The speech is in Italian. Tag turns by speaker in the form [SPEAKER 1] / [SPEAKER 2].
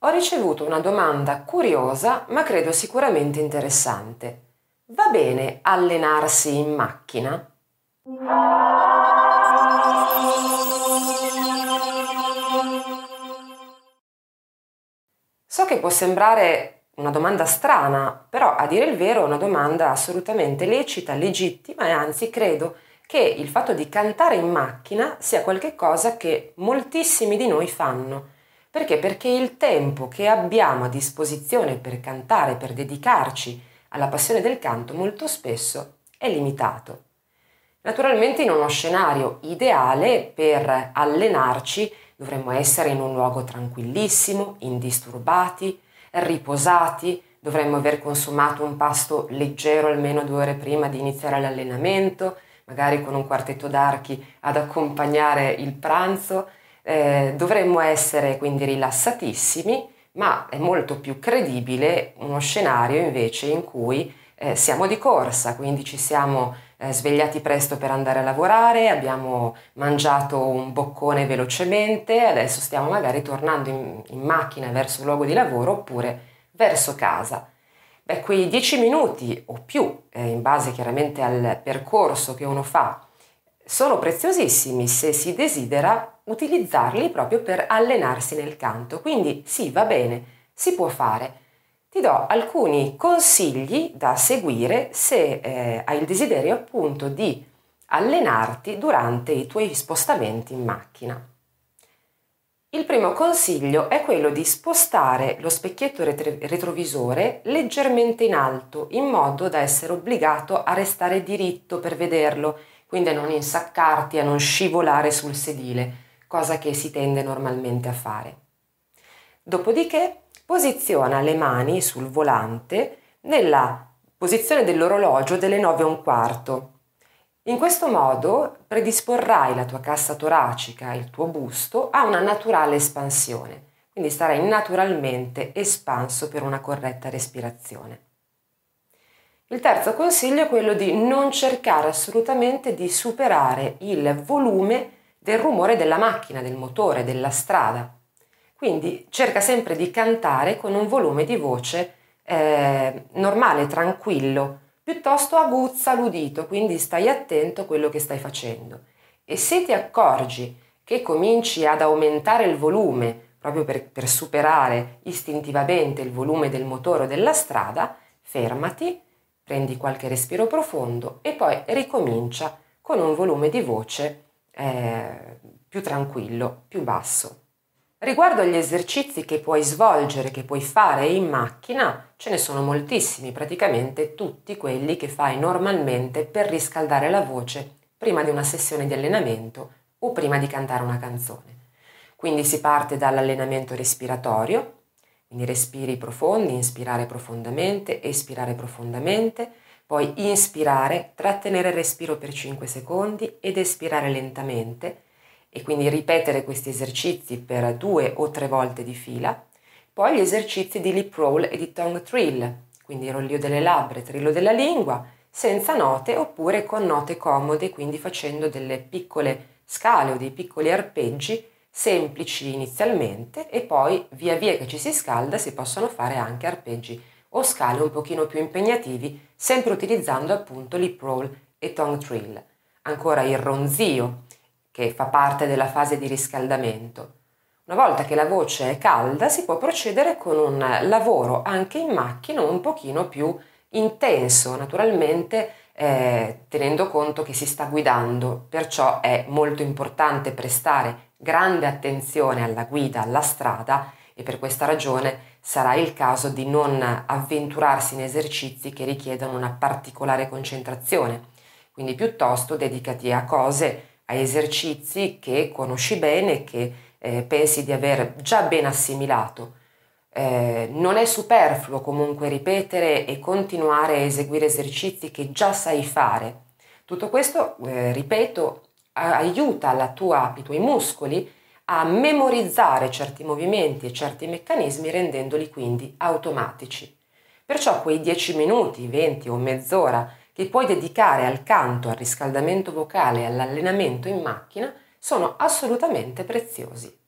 [SPEAKER 1] Ho ricevuto una domanda curiosa, ma credo sicuramente interessante. Va bene allenarsi in macchina? So che può sembrare una domanda strana, però a dire il vero è una domanda assolutamente lecita, legittima e anzi credo che il fatto di cantare in macchina sia qualcosa che moltissimi di noi fanno. Perché? Perché il tempo che abbiamo a disposizione per cantare, per dedicarci alla passione del canto, molto spesso è limitato. Naturalmente in uno scenario ideale per allenarci dovremmo essere in un luogo tranquillissimo, indisturbati, riposati, dovremmo aver consumato un pasto leggero almeno 2 ore prima di iniziare l'allenamento, magari con un quartetto d'archi ad accompagnare il pranzo. Dovremmo essere quindi rilassatissimi, ma è molto più credibile uno scenario invece in cui siamo di corsa, quindi ci siamo svegliati presto per andare a lavorare, abbiamo mangiato un boccone velocemente, adesso stiamo magari tornando in macchina verso il luogo di lavoro oppure verso casa. Beh, quei 10 minuti o più, in base chiaramente al percorso che uno fa, sono preziosissimi se si desidera utilizzarli proprio per allenarsi nel canto. Quindi sì, va bene, si può fare. Ti do alcuni consigli da seguire se hai il desiderio appunto di allenarti durante i tuoi spostamenti in macchina. Il primo consiglio è quello di spostare lo specchietto retrovisore leggermente in alto, in modo da essere obbligato a restare diritto per vederlo, quindi a non insaccarti, a non scivolare sul sedile, cosa che si tende normalmente a fare. Dopodiché posiziona le mani sul volante nella posizione dell'orologio delle 9:15. In questo modo predisporrai la tua cassa toracica, il tuo busto, a una naturale espansione, quindi sarai naturalmente espanso per una corretta respirazione. Il terzo consiglio è quello di non cercare assolutamente di superare il volume del rumore della macchina, del motore, della strada. Quindi cerca sempre di cantare con un volume di voce normale, tranquillo, piuttosto aguzza l'udito, quindi stai attento a quello che stai facendo. E se ti accorgi che cominci ad aumentare il volume, proprio per superare istintivamente il volume del motore o della strada, fermati, prendi qualche respiro profondo e poi ricomincia con un volume di voce più tranquillo, più basso. Riguardo agli esercizi che puoi svolgere, che puoi fare in macchina, ce ne sono moltissimi, praticamente tutti quelli che fai normalmente per riscaldare la voce prima di una sessione di allenamento o prima di cantare una canzone. Quindi si parte dall'allenamento respiratorio, quindi respiri profondi, inspirare profondamente, espirare profondamente, poi inspirare, trattenere il respiro per 5 secondi ed espirare lentamente e quindi ripetere questi esercizi per 2 o 3 volte di fila. Poi gli esercizi di lip roll e di tongue trill, quindi rollio delle labbra e trillo della lingua, senza note oppure con note comode, quindi facendo delle piccole scale o dei piccoli arpeggi semplici inizialmente e poi via via che ci si scalda si possono fare anche arpeggi o scale un pochino più impegnativi, sempre utilizzando appunto lip roll e tongue trill. Ancora il ronzio, che fa parte della fase di riscaldamento. Una volta che la voce è calda si può procedere con un lavoro anche in macchina un pochino più intenso, naturalmente tenendo conto che si sta guidando, perciò è molto importante prestare grande attenzione alla guida, alla strada e per questa ragione sarà il caso di non avventurarsi in esercizi che richiedono una particolare concentrazione, quindi piuttosto dedicati a cose, a esercizi che conosci bene, che pensi di aver già ben assimilato. Non è superfluo comunque ripetere e continuare a eseguire esercizi che già sai fare. Tutto questo, ripeto, aiuta i tuoi muscoli a memorizzare certi movimenti e certi meccanismi rendendoli quindi automatici. Perciò quei 10 minuti, 20 o mezz'ora che puoi dedicare al canto, al riscaldamento vocale e all'allenamento in macchina sono assolutamente preziosi.